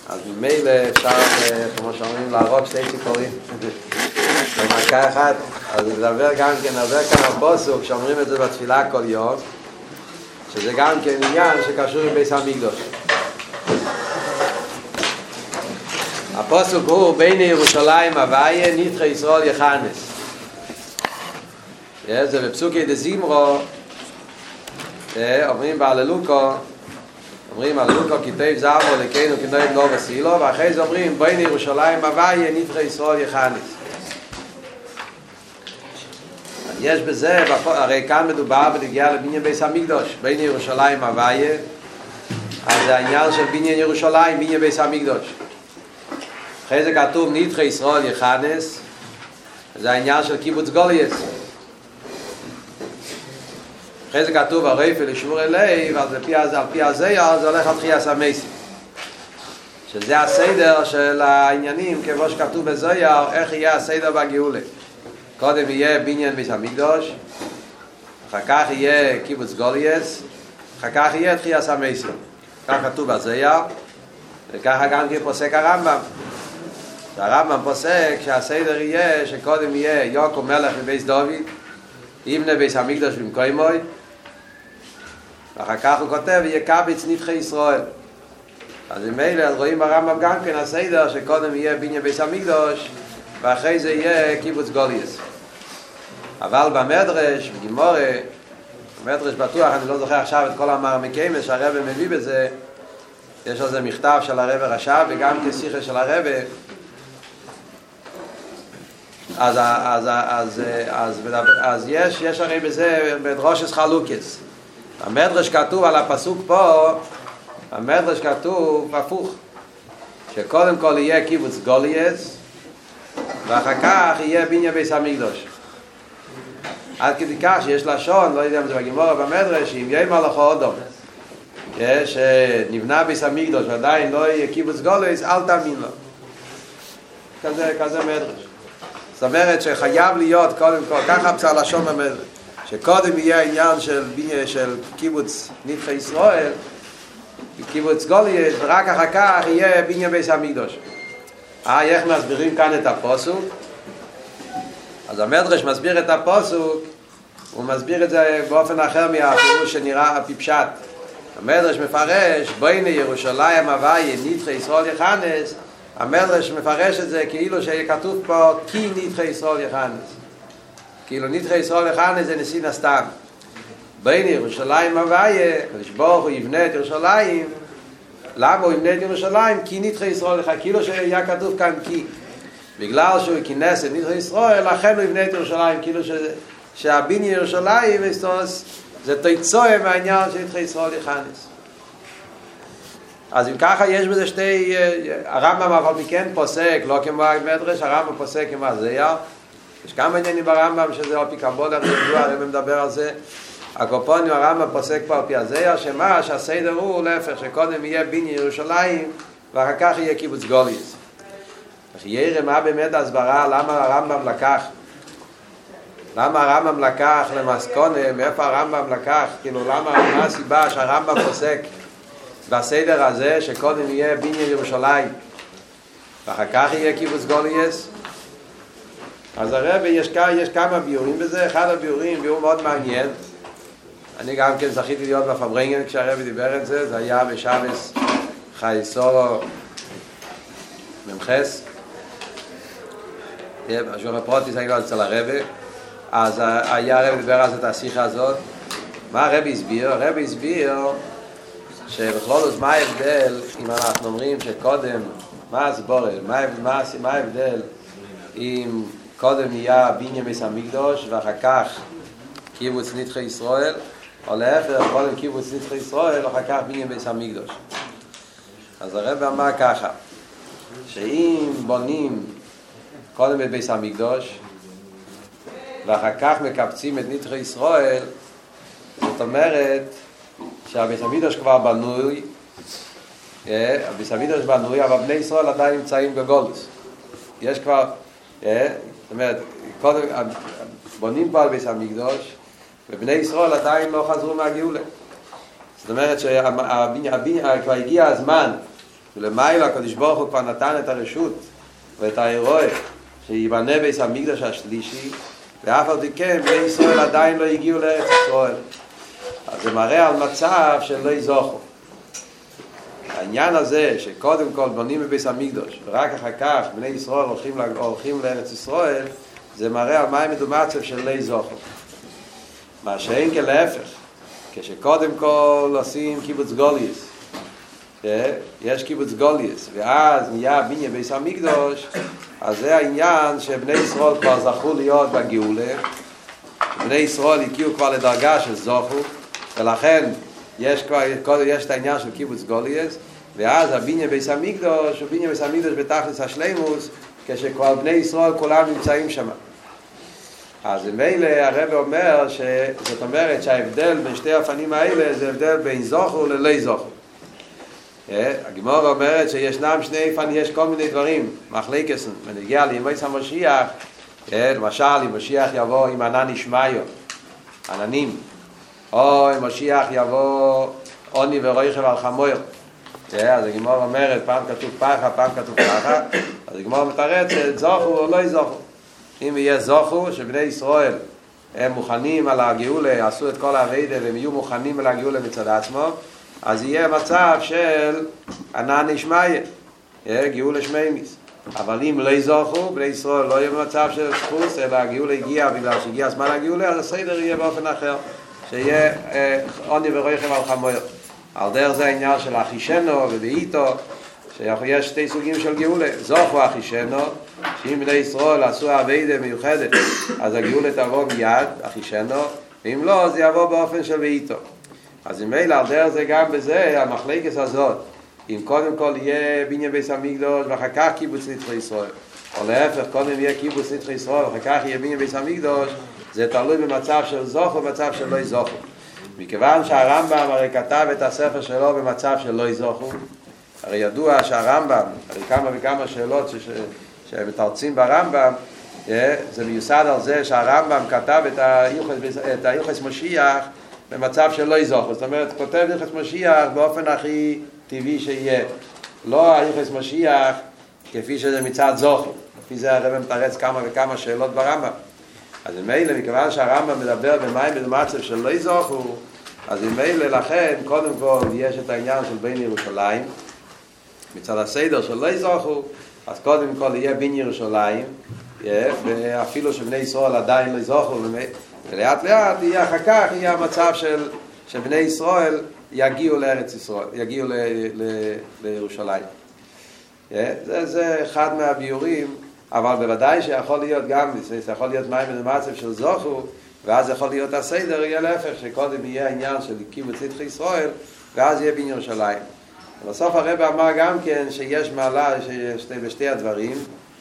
אז ממילא אפשר, כמו שאומרים, להרוג שתי ציפורים במכה אחת. אז נדבר גם כן, נדבר כאן על פסוק שאומרים את זה בתפילה כל יום, שזה גם כן עניין שקשור עם בית המקדש. הפסוק הוא בין ירושלים הוויה נדחה ישראל יכנס. זה בפסוקי דזמרו, אומרים בהללוקו, אומרים הללוקו כתב זמרו לקנו כנועים לא בסילו, ואחרי זה אומרים בין ירושלים הוויה נדחה ישראל יכנס. יש בזה, הרי כאן מדובר בנגיעה לבניין בית המקדש, בין ירושלים הוויה, אז זה העניין של בניין ירושלים, בניין בית המקדש. אחרי זה כתוב נדחה ישראל יכנס, זה העניין של קיבוץ גולייס. אחרי זה כתוב הרפל לשמור אלי, ועל פי הזייר זה הולך על תחייס המסים, שזה הסדר של העניינים כמו שכתוב בזייר, איך יהיה הסדר בגאולה. קודם יהיה בניין בית המקדש, אחר כך יהיה קיבוץ גולייס, אחר כך יהיה תחייס המסים. כך כתוב בזייר, וככה גם כן פוסק הרמב"ם. הרמב"ם פוסק שהסדר יהיה שקודם יהיה יעקב מלך מבית דוד, יבנה בית המקדש במקומוי, ואחר כך הוא כותב יקבץ נדחה ישראל. אז ממילא רואים ברמב"ם גם כן הסדר שקודם יהיה בניין בית המקדש ואחרי זה יהיה קיבוץ גולייס. אבל במדרש, בגימורה, במדרש בטוח, אני לא זוכר עכשיו את כל המעמקים שהרבא מביא בזה, יש על זה מכתב של הרבא רש"ב וגם כשיחה של הרבא. אז יש הרי בזה בדרושס חלוקס. המדרש כתוב על הפסוק פה, המדרש כתוב הפוך, שקודם כל יהיה קיבוץ גולייס ואחר כך יהיה בניין בית המקדש. עד כדי כך שיש לשון, לא יודע אם זה בגימורה או במדרש, אם יהיה מלאכו אודום שנבנה בית המקדש ועדיין לא יהיה קיבוץ גולייס, אל תאמין לו. כזה מדרש. זאת אומרת שחייב להיות קודם כל, ככה פסל לשון במדרש, שקודם יהיה העניין של קיבוץ נדחה ישראל, קיבוץ גולייס, ורק אחר כך יהיה בניין בית המקדש. איך מסבירים כאן את הפסוק? אז המדרש מסביר את הפסוק, הוא מסביר את זה באופן אחר מהפירוש שנראה הפשט. המדרש מפרש בין ירושלים הוויה נדחה ישראל יכנס, המדרש מפרש את זה כאילו שכתוב פה כי נדחה ישראל יכנס, כאילו נדחה ישראל יכנס זה נסין הסתם. בין ירושלים הוויה, הקדוש ברוך הוא יבנה את ירושלים. למה הוא יבנה את ירושלים? כי נדחה ישראל יכנס, כאילו שהיה כתוב כאן כי, בגלל שהוא כינס את נדחה ישראל, לכן הוא יבנה את ירושלים, כאילו שהבניין ירושלים זה תיצואה מהעניין של נדחה ישראל יכנס. אז אם ככה יש בזה שתי, הרמב"ם אבל מכן פוסק, לא כמו המדרש, הרמב"ם פוסק כמו הזייר. יש כמה עניינים ברמב"ם שזה על פי קבולה, הרמב"ם מדבר על זה. הקופונים הרמב"ם פוסק פה על פי הזייר, שמה שהסדר הוא להפך, שקודם יהיה בניין ירושלים ואחר כך יהיה קיבוץ גולייס. יראה מה באמת ההסברה, למה הרמב"ם לקח למסקונה, מאיפה הרמב"ם לקח, כאילו מה הסיבה שהרמב"ם פוסק בסדר הזה שקודם יהיה בניין ירושלים ואחר כך יהיה קיבוץ גולייס. אז הרב יש כמה ביורים בזה. אחד הביורים, ביור מאוד מעניין, אני גם כן זכיתי להיות בפברנגן כשהרב דיבר את זה, זה היה בשבס חייסורו ממחס, בשיעור הפרוטיס היינו אצל הרב, אז היה הרב דיבר על זה את השיחה הזאת. מה הרב הסביר? הרב הסביר שבכלול מה ההבדל אם אנחנו אומרים שקודם, מה הסבורל, מה ההבדל אם קודם נהיה בניין בית המקדש ואחר כך קיבוץ נדחה ישראל, או להפך, קודם קיבוץ נדחה ישראל ואחר כך בניין בית המקדש. אז הרב אמר ככה, שאם בונים קודם את בית המקדש ואחר כך מקבצים את נדחה ישראל, זאת אומרת שהבית המקדש כבר בנוי, הבית המקדש בנוי, אבל בני ישראל עדיין נמצאים בגולוס. יש כבר, זאת אומרת, קודם בונים פה על בית המקדש, ובני ישראל עדיין לא חזרו מהגאולה. זאת אומרת כבר הגיע הזמן ולמעלה הקדוש ברוך הוא כבר נתן את הרשות ואת האירוע שיבנה בית המקדש השלישי, ואף על פי כן בני ישראל עדיין לא הגיעו לארץ ישראל. אז זה מראה על מצב שלא יזוכו. העניין הזה שקודם כל בונים בבית המקדש ורק אחר כך בני ישראל הולכים לארץ ישראל, זה מראה על מה מדומצב של לא יזוכו. מה שאין כלהפך, כשקודם כל עושים קיבוץ גולייס, יש קיבוץ גולייס, ואז נהיה בניין בית המקדש, אז זה העניין שבני ישראל כבר זכו להיות בגאולה, בני ישראל הגיעו כבר לדרגה של זוכו, ולכן יש את העניין של קיבוץ גולייס, ואז הבניין בית המקדש הוא בניין בית המקדש בתכלס השלימוס, כשכבר בני ישראל כולם נמצאים שם. אז מילא הרב אומר שזאת אומרת שההבדל בין שתי האופנים האלה זה הבדל בין זוכו ללא זוכו. הגמרא אומרת שישנם שני אופנים, יש כל מיני דברים, מחלקת, ונגיע לימי המשיח, למשל אם משיח יבוא עם ענן ישמעאל, עננים, או אם משיח יבוא עוני ורויחב על חמור. אז הגמרא אומרת פעם כתוב פחה, פעם כתוב ככה, אז הגמרא מתרצת זוכו או לא זוכו. אם יהיה זוכו שבני ישראל הם מוכנים על הגאולה, עשו את כל העבודה והם יהיו מוכנים על הגאולה מצד עצמו, אז יהיה מצב של ענן ישמעאל, גאולה שמימיס. אבל אם לא זוכו, בני ישראל לא יהיה במצב של זכות, אלא הגאולה הגיעה בגלל שהגיע הזמן הגאולה, אז הסדר יהיה באופן אחר, שיהיה עוני ורויחב על חמור. על דרך זה העניין של אחישנו ובעיתו, שיש שתי סוגים של גאולה. זוכו אחישנו, שאם בני ישראל עשו עבודה מיוחדת, אז הגאולה תבוא מיד, אחישנו, ואם לא, זה יבוא באופן של בעיתו. אז אם אלה, על דרך זה גם בזה, המחלקת הזאת, אם קודם כל יהיה בניין בית המקדש ואחר כך קיבוץ נצחי ישראל, או להפך, קודם יהיה קיבוץ נצחי ישראל ואחר כך יהיה בניין בית המקדש, זה תלוי במצב של זוכו ובמצב של לא זוכו. מכיוון שהרמב"ם הרי כתב את הספר שלו במצב של לא זוכו, הרי ידוע שהרמב"ם, הרי כמה וכמה שאלות שמתרצים ברמב"ם, זה מיוסד על זה שהרמב"ם כתב את היוחס משיח במצב של לא זוכו. זאת אומרת, כותב יוחס משיח באופן הכי טבעי שיהיה. לא היוחס משיח כפי שזה מצד זוכו. לפי זה הרב מתרץ כמה וכמה שאלות ברמב"ם. אז מילא, מכיוון שהרמב"ם מדבר במים במצב של לא זוכו, אז מילא לכן, קודם כל יש את העניין של בין ירושלים, מצד הסדר של לא זוכו, אז קודם כל יהיה בין ירושלים, ואפילו שבני ישראל עדיין לא זוכו, ולאט לאט יהיה אחר כך יהיה המצב של בני ישראל יגיעו לארץ ישראל, יגיעו לירושלים. זה אחד מהביורים, אבל בוודאי שיכול להיות גם, זה יכול להיות מים במצב של זוכו, ואז יכול להיות הסדר, יהיה להפך, שקודם יהיה העניין של קיבוץ נצחי ישראל, ואז יהיה בין ירושלים. בסוף הרב אמר גם כן שיש מעלה בשתי הדברים,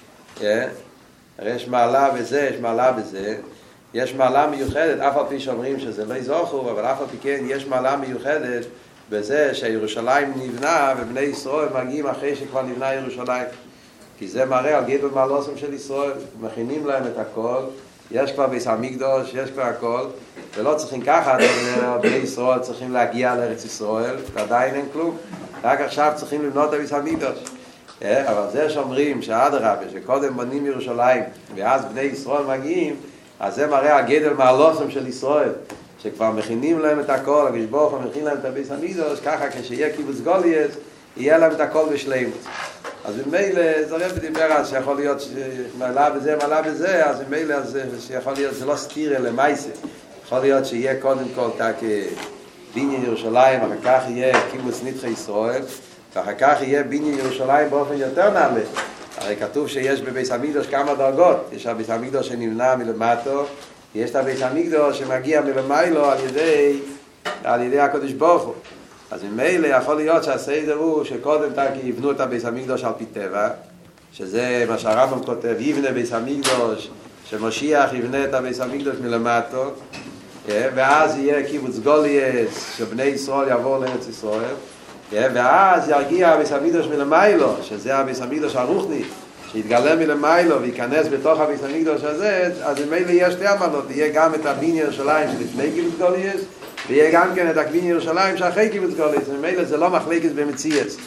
יש מעלה בזה, יש מעלה בזה, יש מעלה מיוחדת, אף על פי שאומרים שזה לא זוכו, אבל אף על פי כן יש מעלה מיוחדת בזה שירושלים נבנה ובני ישראל מגיעים אחרי שכבר נבנה ירושלים. כי זה מראה על גדול מעלוסם של ישראל, מכינים להם את הכל, יש כבר בית המקדש, יש כבר הכל, ולא צריכים ככה, בני ישראל צריכים להגיע לארץ ישראל, ועדיין אין כלום, רק עכשיו צריכים לבנות את בית המקדש. אבל זה שאומרים שהאדרבה, שקודם בונים ירושלים, ואז בני ישראל מגיעים, אז זה מראה על גדול מעלוסם של ישראל, שכבר מכינים להם את הכל, הקדוש ברוך הוא מכין להם את בית המקדש, ככה כשיהיה קיבוץ גולייס, יהיה להם את הכל בשלמות. אז במילא, זה רב דיבר אז שיכול להיות מעלה בזה, אז במילא שיכול להיות, זה לא סתירה למעשה. יכול להיות שיהיה קודם כל בניין ירושלים, אחר כך יהיה קיבוץ נצחי ישראל, ואחר כך יהיה בניין ירושלים באופן יותר נעלה. הרי כתוב שיש בבית המקדש כמה דרגות, יש הבית המקדש שנבנה מלמטו, יש את הבית המקדש שמגיע מלמיילו על ידי הקדוש ברוך הוא. אז ממילא יכול להיות שהסדר הוא שקודם יבנו את הבית המקדש על פי טבע, שזה מה שהרמב"ם כותב, יבנה בית המקדש, שמשיח יבנה את הבית המקדש מלמטו, ואז יהיה קיבוץ גולייס, שבני ישראל יעבור לארץ ישראל, ואז יגיע הבית המקדש מלמיילו, שזה הבית המקדש הרוחני, שיתגלה מלמיילו וייכנס בתוך הבית המקדש הזה, אז ממילא יש שתי המנות, יהיה גם את הבניין ירושלים שלפני קיבוץ גולייס, ויהיה גם כן את הקבין ירושלים שאחרי קיבוץ גולייס. ממילא זה לא מחלקת במציאות.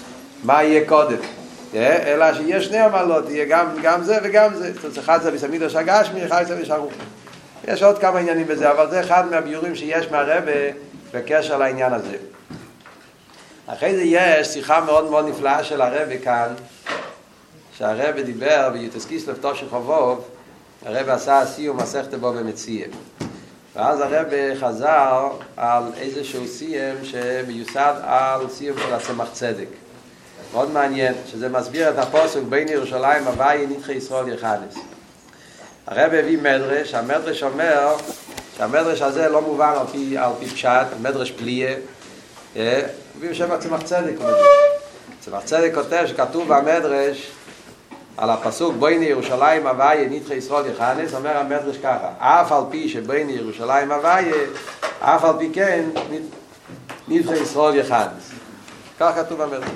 מה יהיה קודם. אלא שיש שני המעלות, יהיה גם זה וגם זה. זאת אומרת, אחד זה ביס המקדוש הגשמי, אחד זה ביס הרוחני. יש עוד כמה עניינים בזה, אבל זה אחד מהביורים שיש מהרבא בקשר לעניין הזה. אחרי זה יש שיחה מאוד מאוד נפלאה של הרבא כאן, שהרבא דיבר ביוטס קיסלב תושן חובוב, הרבא עשה סיום מסכת בו במציאה. ואז הרבא חזר על איזשהו סיום שמיוסד על סיום של הצמח צדק. מאוד מעניין, שזה מסביר את הפסוק בין ירושלים הווי נדחי ישראל יחדש. הרבא הביא מדרש, המדרש אומר שהמדרש הזה לא מובן על פי פשט, מדרש פליה, הביא בשם הצמח צדק. צמח צדק כותב שכתוב במדרש על הפסוק בין ירושלים הווי נדחי ישראל יחדש, אומר המדרש ככה, אף על פי שבין ירושלים הווי, אף על פי כן נדחי ישראל יחדש. כך כתוב במדרש.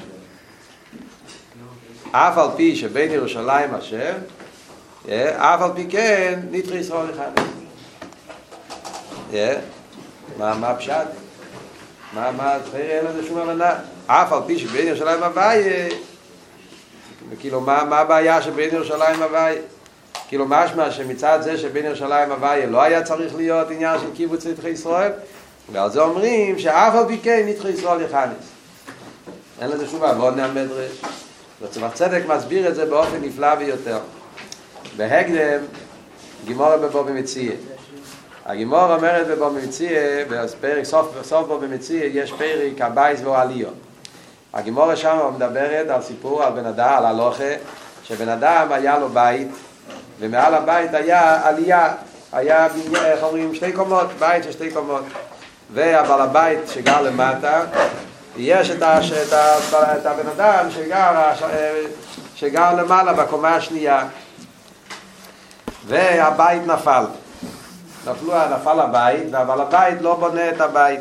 אף על פי שבין ירושלים אשר, אף על פי כן נדחי ישראל יחדש. מה הפשט? אין לזה שום הבנה. אף על פי שבין ירושלים הווי, כאילו מה הבעיה שבין ירושלים הווי? כאילו משמע שמצד זה שבין ירושלים הווי לא היה צריך להיות עניין של קיבוץ נדחי ישראל, ועל זה אומרים שאף על פי כן נדחי ישראל יחדש. אין לזה שום הבנה המדרש. וצמח צדק מסביר את זה באופן נפלא ביותר. בהקדם, גימורה בבוא במציאה. הגימורה אומרת בבוא במציאה, בפרק סוף בוא במציאה, יש פרק הבייס ואוהליו. הגימורה שם מדברת על סיפור, על בן אדם, על הלוכה, שבן אדם היה לו בית, ומעל הבית היה עלייה, היה, איך אומרים, שתי קומות, בית של שתי קומות. והבעל הבית שגר למטה, יש את הבן אדם שגר למעלה בקומה השנייה, והבית נפל. נפל הבית, והבעל הבית לא בונה את הבית.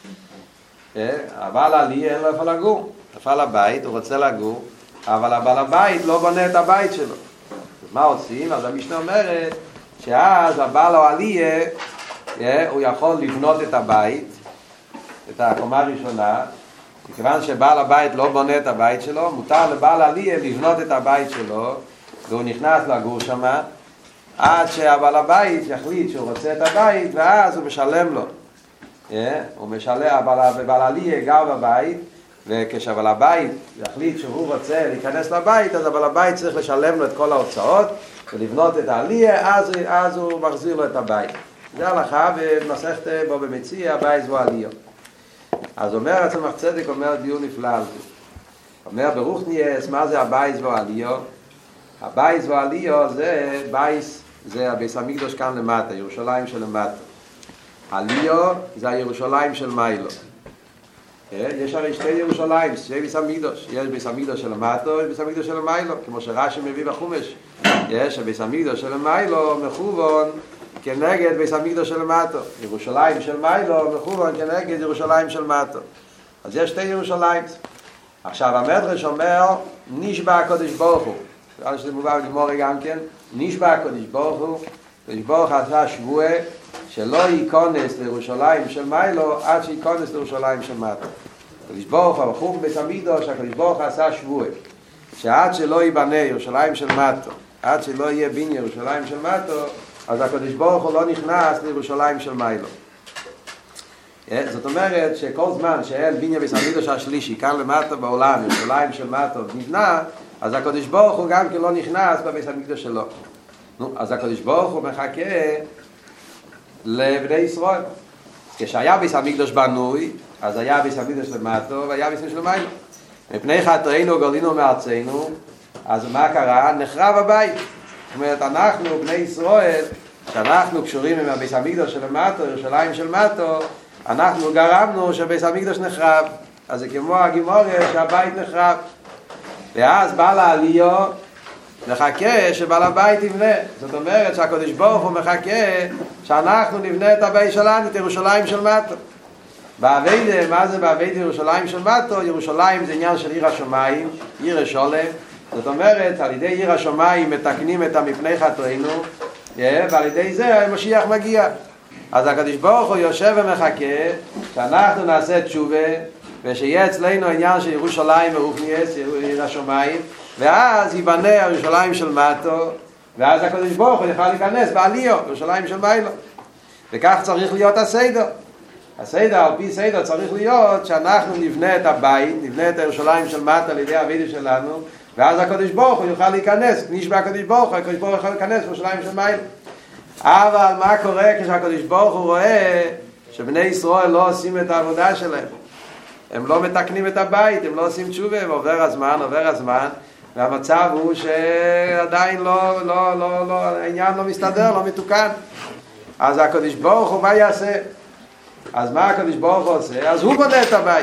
הבעל עלי אין לו איפה לגור. נפל הבית, הוא רוצה לגור, אבל הבעל הבית לא בונה את הבית שלו. מה עושים? אז המשנה אומרת שאז הבעל העלי הוא יכול לבנות את הבית, את הקומה הראשונה, מכיוון שבעל הבית לא בונה את הבית שלו, מותר לבעל עלי לבנות את הבית שלו, והוא נכנס לגור שם, עד שהבעל הבית יחליט שהוא רוצה את הבית, ואז הוא משלם לו. הוא משלם, הבעל עלי גר בבית, וכשהבעל הבית יחליט שהוא רוצה להיכנס לבית, אז הבעל הבית צריך לשלם לו את כל ההוצאות, ולבנות את העלי, אז הוא מחזיר לו את הבית. זה הלכה במסכת בו במציאה, הבייס ואוהליו. אז אומר הצמח צדק, אומר דיון נפלא על זה. אומר ברוחניאס, מה זה הבייס ואוהליו? הבייס ואוהליו זה בייס, זה הביס המקדוש כאן למטה, ירושלים של למטה. עליו זה הירושלים של מיילו. יש הרי שתי ירושלים, שתי ביס המקדוש. יש ביס המקדוש של למטה, יש ביס המקדוש של מיילו, כמו שרש"י מביא בחומש. יש הביס המקדוש של מיילו מכוון כנגד ביס המקדוש של למטה. ירושלים של מיילו מכוון כנגד ירושלים של מטה. אז יש שתי ירושלים. עכשיו המדרש אומר, נשבע הקדוש ברוך הוא. נראה שזה מובא בגמרא גם כן, נשבע הקדוש ברוך הוא, הקדוש ברוך הוא עשה שבועה שלא ייכנס לירושלים של מיילו עד שייכנס לירושלים של מטה. הקדוש ברוך הוא בחור בבית המקדוש, הקדוש ברוך הוא עשה שבועה שעד שלא ייבנה ירושלים של מטה, עד שלא יהיה בניין ירושלים של מטה, אז הקדוש ברוך הוא לא נכנס לירושלים של מיילו. זאת אומרת שכל זמן שאין בניין בית המקדוש השלישי כאן למטה בעולם, ירושלים של מטה נבנה, אז הקדוש ברוך הוא גם כן לא נכנס בבית המקדוש שלו. אז הקדוש ברוך הוא מחכה לבני ישראל. כשהיה בית המקדוש בנוי, אז היה בית המקדוש למטה והיה בית המקדוש למיילו. מפני חטאינו גלינו מארצנו, אז מה קרה? נחרב הבית. זאת אומרת, אנחנו בני ישראל, שאנחנו קשורים עם הבית המקדוש של למטה, ירושלים של מטה, אנחנו גרמנו שבית המקדוש נחרב. אז זה כמו הגימורה שהבית נחרב. ואז בעל העליו מחכה שבעל הבית יבנה. זאת אומרת שהקדוש ברוך הוא מחכה שאנחנו נבנה את הבית שלנו, את ירושלים של מטה. בעבודה, מה זה בעבודה ירושלים של מטה? ירושלים זה עניין של עיר השמיים, עיר השולם. זאת אומרת, על ידי עיר השמיים מתקנים את המפני חטאינו, ועל ידי זה המשיח מגיע. אז הקדוש ברוך הוא יושב ומחכה שאנחנו נעשה תשובה, ושיהיה אצלנו העניין של ירושלים ורוחניאס, עיר השמיים, ואז ייבנה ירושלים של מטו, ואז הקדוש ברוך הוא יוכל להיכנס בעליו, ירושלים של מיילו. וכך צריך להיות הסדר. הסדר, על פי סדר, צריך להיות שאנחנו נבנה את הבית, נבנה את ירושלים של מטה על ידי העבודה שלנו, ואז הקדוש ברוך הוא יוכל להיכנס, נשבע הקדוש ברוך הוא, הקדוש ברוך הוא יוכל להיכנס בירושלים של מיילו. אבל מה קורה כשהקדוש ברוך הוא רואה שבני ישראל לא עושים את העבודה שלהם? הם לא מתקנים את הבית, הם לא עושים תשובה, עובר הזמן, והמצב הוא שעדיין העניין לא מסתדר, לא מתוקן. אז הקדוש ברוך הוא מה יעשה? אז מה הקדוש ברוך הוא עושה? אז הוא בונה את הבית.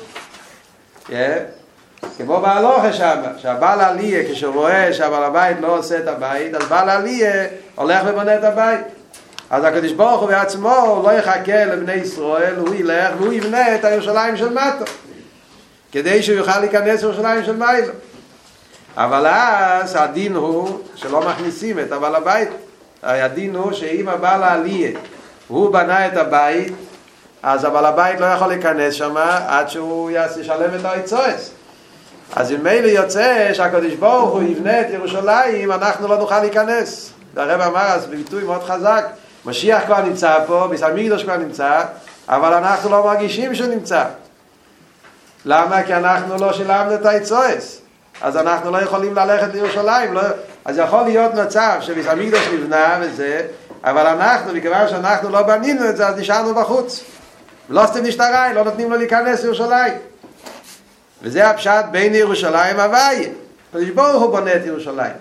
כמו בהלוכה שם, שהבעל עליה, כשרואה שהבעל הבית לא עושה את הבית, אז בעל עליה הולך ובונה את הבית. אז הקדוש ברוך הוא בעצמו לא יחכה לבני ישראל, הוא ילך והוא יבנה את הירושלים של מטו, כדי שהוא יוכל להיכנס לירושלים של מיילו. אבל אז הדין הוא שלא מכניסים את הבעל הבית. הדין הוא שאם הבעל העלייה הוא בנה את הבית, אז הבעל הבית לא יכול להיכנס שם עד שהוא ישלם את היצועס. אז אם מילא יוצא שהקדוש ברוך הוא יבנה את ירושלים, אנחנו לא נוכל להיכנס. הרב אמר אז בביטוי מאוד חזק, משיח כבר נמצא פה, בית המקדש כבר נמצא, אבל אנחנו לא מרגישים שהוא נמצא. למה? כי אנחנו לא שילמנו את היצועס. אז אנחנו לא יכולים ללכת לירושלים. אז יכול להיות מצב שבית המקדש נבנה וזה, אבל אנחנו, מכיוון שאנחנו לא בנינו את זה, אז נשארנו בחוץ. לא סתם נשתראי, לא נותנים לו להיכנס לירושלים. וזה הפשט בין ירושלים והוויה. הקדוש ברוך הוא בונה את ירושלים.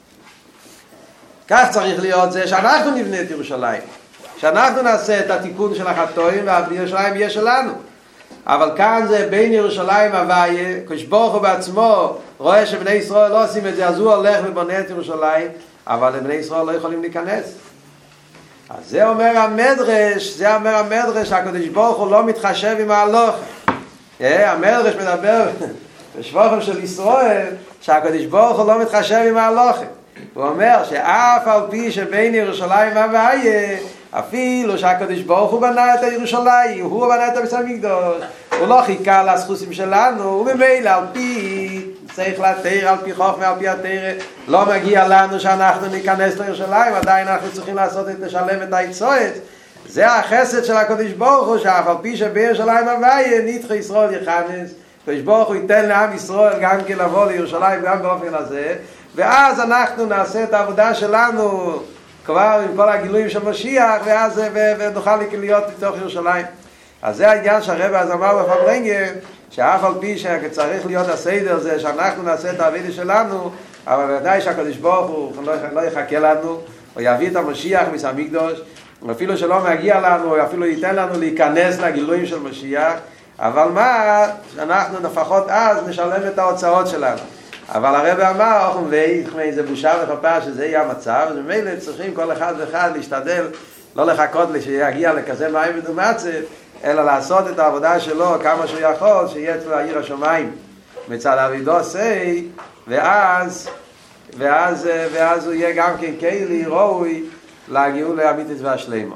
כך צריך להיות זה שאנחנו נבנה את ירושלים. שאנחנו נעשה את התיקון של החטאים וירושלים יהיה שלנו. אבל כאן זה בין ירושלים והוויה. הקדוש ברוך הוא בעצמו רואה שבני ישראל לא עושים את זה, אז הוא הולך ובונה את ירושלים, אבל בני ישראל לא יכולים להיכנס. אז זה אומר המדרש, הקדוש ברוך הוא לא מתחשב עם ההלכה. המדרש מדבר בשבחם של ישראל שהקדוש ברוך הוא לא מתחשב עם ההלכה. הוא אומר שאף על פי שבין ירושלים והוויה, אפילו שהקדוש ברוך הוא בנה את ירושלים, הוא בנה את בית המקדש, הוא לא חיכה לזכותים שלנו, וממילא על פי צריך לתאר, על פי חוכמה, על פי התאר, לא מגיע לנו שאנחנו ניכנס לירושלים, עדיין אנחנו צריכים לשלם את היצועס. זה החסד של הקדוש ברוך הוא, שאף על פי שבירושלים והוויה נדחה ישראל יכנס, הקדוש ברוך הוא ייתן לעם ישראל גם כן לבוא לירושלים גם באופן הזה, ואז אנחנו נעשה את העבודה שלנו כבר עם כל הגילויים של משיח, ואז ונוכל להיות בתוך ירושלים. אז זה העניין שהרב אז אמר בפברנגל, שאף על פי שצריך להיות הסדר זה שאנחנו נעשה את העבודה שלנו, אבל ודאי שהקדוש ברוך הוא לא יחכה לנו, הוא יביא את המשיח מבית המקדש, אפילו שלא מגיע לנו, או אפילו ייתן לנו להיכנס לגילויים של משיח, אבל מה, שאנחנו לפחות אז נשלם את ההוצאות שלנו. אבל הרב אמר, זה בושה וחפה שזה יהיה המצב, אז ממילא צריכים כל אחד ואחד להשתדל, לא לחכות שיגיע לכזה מים ודומצת, אלא לעשות את העבודה שלו כמה שהוא יכול, שיהיה אצל העיר השמיים מצד אבידו סי, ואז הוא יהיה גם כן כלי ראוי להגיעו לאמיתית והשלימה.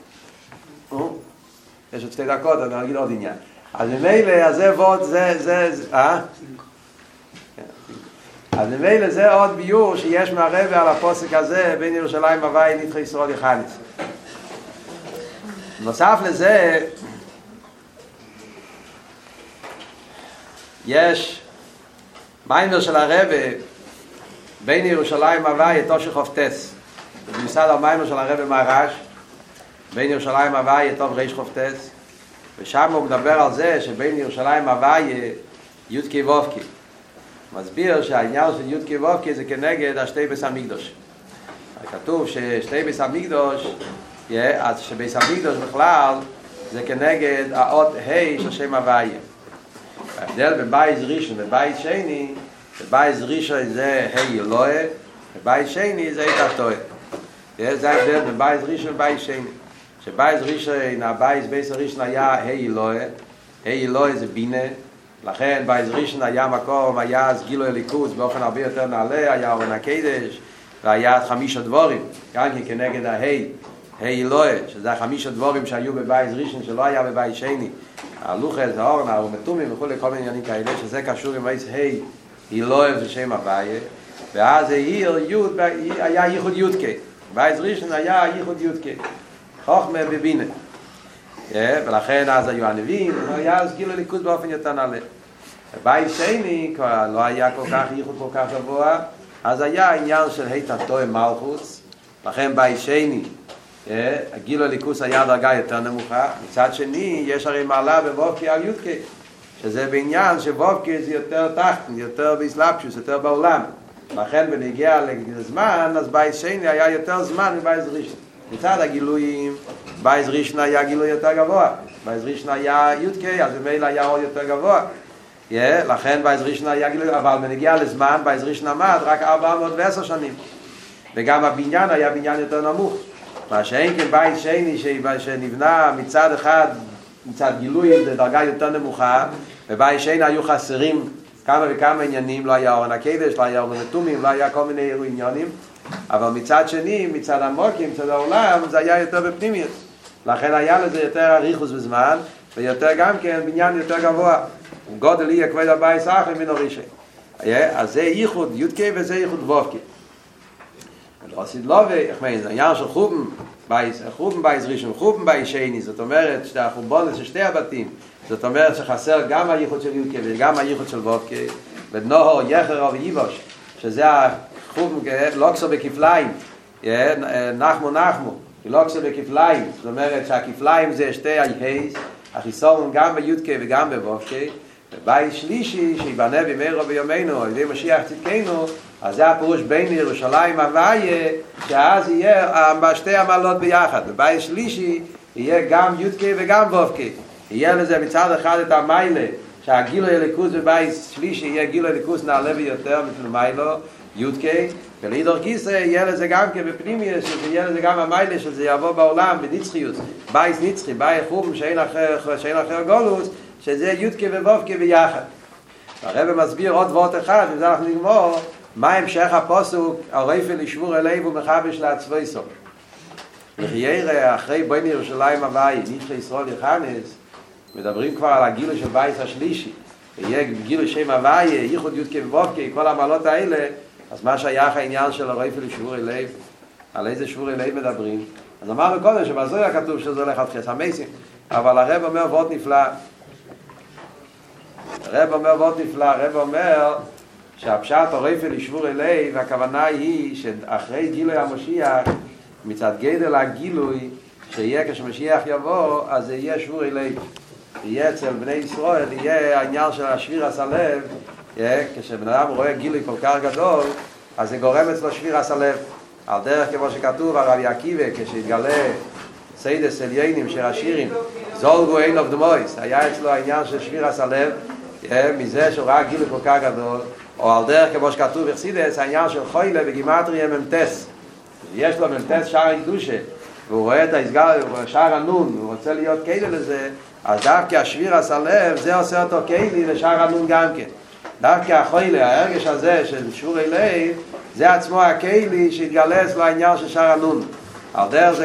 יש עוד 2 דקות, אני אגיד עוד עניין. אז ממילא, אז זה ועוד, אז ממילא זה עוד ביור שיש מהרבא על הפוסק הזה, בין ירושלים והוויה נדחה ישראל יכנס. נוסף לזה, יש מיימר של הרבא בין ירושלים והוויה תושי חופטס. זה מסד המיימר של הרבא מהרש, בין ירושלים והוויה תוב ריש חופטס, ושם הוא מדבר על זה שבין ירושלים והוויה יודקי וובקי. מסביר שהעניין של יודקי וובקי זה כנגד השתי בית המקדש. כתוב ששתי בית המקדש, אז שבית המקדש בכלל זה כנגד האות ה' של שם הוויה. ההבדל בין בית ראשון ובית שני, בבית ראשון זה ה' אלוהה, בבית שני זה התחתוה. זה ההבדל בין בית ראשון ובית שני. שבית ראשון, הבית ראשון היה ה' אלוהה, ה' אלוהה זה בינה, לכן בית ראשון היה מקום, היה אז גילוי הליכוז באופן הרבה יותר נעלה, היה אורן הקדש, והיה 5 דבורים, גם כנגד ההי, אלוהי, שזה החמישה דבורים שהיו בבית ראשון שלא היה בבית שני, הלוחס, האורנה, הרומתומים וכו', כל מיני עניינים כאלה, שזה קשור עם אלוהי זה שם הוויה, ואז היה ייחוד יודקה, בית ראשון היה ייחוד יודקה, חוכמה בבינה, ולכן אז היו הנביאים, היה אז גילוי ליכוז באופן יותר נעלה. בבית שני כבר לא היה כל כך ייחוד כל כך גבוה, אז היה עניין של היתתו מלכוס, לכן בית שני, הגילוי ליכוז היה דרגה יותר נמוכה. מצד שני, יש הרי מעלה בוובקי על יודקה, שזה בעניין שוובקי זה יותר תחתן, יותר באסלאפשוס, יותר בעולם. לכן בנגיע לזמן, אז בית שני היה יותר זמן מבית ראשון. מצד הגילויים, בית ראשון היה גילוי יותר גבוה. בית ראשון היה יודקה, אז במילא היה עוד יותר גבוה. לכן בית ראשון היה גילוי, אבל בנגיע לזמן, בית ראשון עמד רק 410 שנים. וגם הבניין היה בניין יותר נמוך. מה שאין כן בית שני שנבנה מצד אחד, מצד גילוי לדרגה יותר נמוכה, ובית שני היו חסרים כמה וכמה עניינים, לא היה אורן הקדש, לא היה אורן מתומים, לא היה כל מיני עניינים, אבל מצד שני, מצד המוקים, מצד העולם, זה היה יותר בפנימיות. לכן היה לזה יותר אריכוס בזמן, ויותר גם כן בניין יותר גבוה. גודל יהיה כבד הבית סחר מן הראשון. אז זה ייחוד יודקה וזה ייחוד וובקה. לא עשית לא זה עניין של חובן בייס ראשון, חובן בייס שני, זאת אומרת שהחובון של שתי הבתים, זאת אומרת שחסר גם הייחוד של יודקה וגם הייחוד של וובקה, ונוהו יחר ויבוש, שזה החובן לוקסו בכפליים, נחמו, לוקסו בכפליים, זאת אומרת שהכפליים זה שתי הייחס, החיסון גם ביודקה וגם בוובקה, ובית שלישי שיבנה במהרה בימינו על ידי משיח צדקנו, אז זה הפירוש בין ירושלים הוויה, שאז יהיה שתי המעלות ביחד. בבית שלישי יהיה גם יודקה וגם וובקה. יהיה לזה מצד אחד את המיילה, שהגילוי הליכוז בבית שלישי יהיה גילוי הליכוז נעלה ביותר מפני מיילו, יודקה, ולהידור כיסא יהיה לזה גם כבפנימיה, שיהיה לזה גם המיילה שזה יבוא בעולם בנצחיות, בית נצחי, בית חום שאין אחר גולוס, שזה יודקה וובקה ביחד. הרב מסביר עוד וורט אחד, וזה אנחנו נגמור, מה המשך הפסוק, הרייפל ישבור אליו ומחבש לעצבי סוף. וחיירה אחרי בין ירושלים הוואי, ניצחי ישראל יחנס, מדברים כבר על הגילוי של בית השלישי, ויהיה גילוי שם הוואי, ייחוד יודקה וובקה, כל המעלות האלה, אז מה שייך העניין של הרייפל ישבור אליו, על איזה שבור אליו מדברים? אז אמרנו קודם שבזוהר כתוב שזה הולך עד חס המסים, אבל הרב אומר וורט נפלא, הרב אומר שהפשט הרייפל ישבור אליי, והכוונה היא שאחרי גילוי המשיח, מצד גדל הגילוי, שיהיה כשמשיח יבוא, אז זה יהיה שבור אליי. יהיה אצל בני ישראל, יהיה העניין של השביר הסלב, כשבן אדם רואה גילוי כל כך גדול, אז זה גורם אצלו שביר הסלב. על דרך כמו שכתוב, הרב עקיבא, כשהתגלה סיידס עליינים של השירים, זולגו אין אוף דמויס, היה אצלו העניין של שביר הסלב, מזה שהוא ראה גילוי כל כך גדול, או על דרך כמו שכתוב בחסידס, העניין של חוילה בגימטריה ממתס. יש לו ממתס שער הקדושה, והוא רואה את ההסגר, שער הנון, והוא רוצה להיות קיילי לזה, אז דווקא השביר הסלב, זה עושה אותו קיילי לשער הנון גם כן. דווקא החוילה, ההרגש הזה של שבור אליי, זה עצמו הקיילי שהתגלס לו העניין של שער הנון. על דרך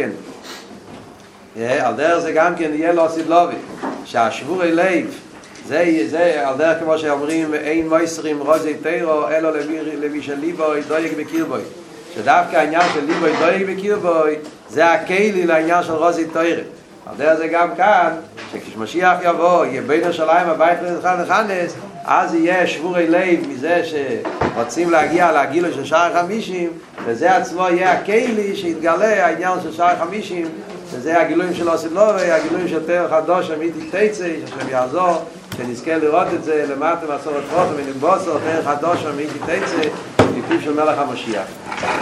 זה גם כן יהיה לו סידלובי, שהשבור אליי, זה על דרך כמו שאומרים אין מויסרים רוזי תירו אלו למי של ליבוי דויק בקרבוי, שדווקא העניין של ליבוי דויק בקרבוי זה הכלי לעניין של רוזי תירו. על דרך זה גם כאן שכשמשיח יבוא יהיה בין ירושלים הבית לחנס, אז יהיה שבורי לב מזה שרוצים להגיע לגילוי של שער 50, וזה עצמו יהיה הכלי שיתגלה העניין של שער 50, וזה הגילויים של הסילובי, הגילויים של תרח חדוש אמיתי תצא, שהשם יעזור שנזכה לראות את זה למטה מסורת פרוטו ונבוסו, תרח חדוש אמיתי תצא, מפיו של מלך המשיח.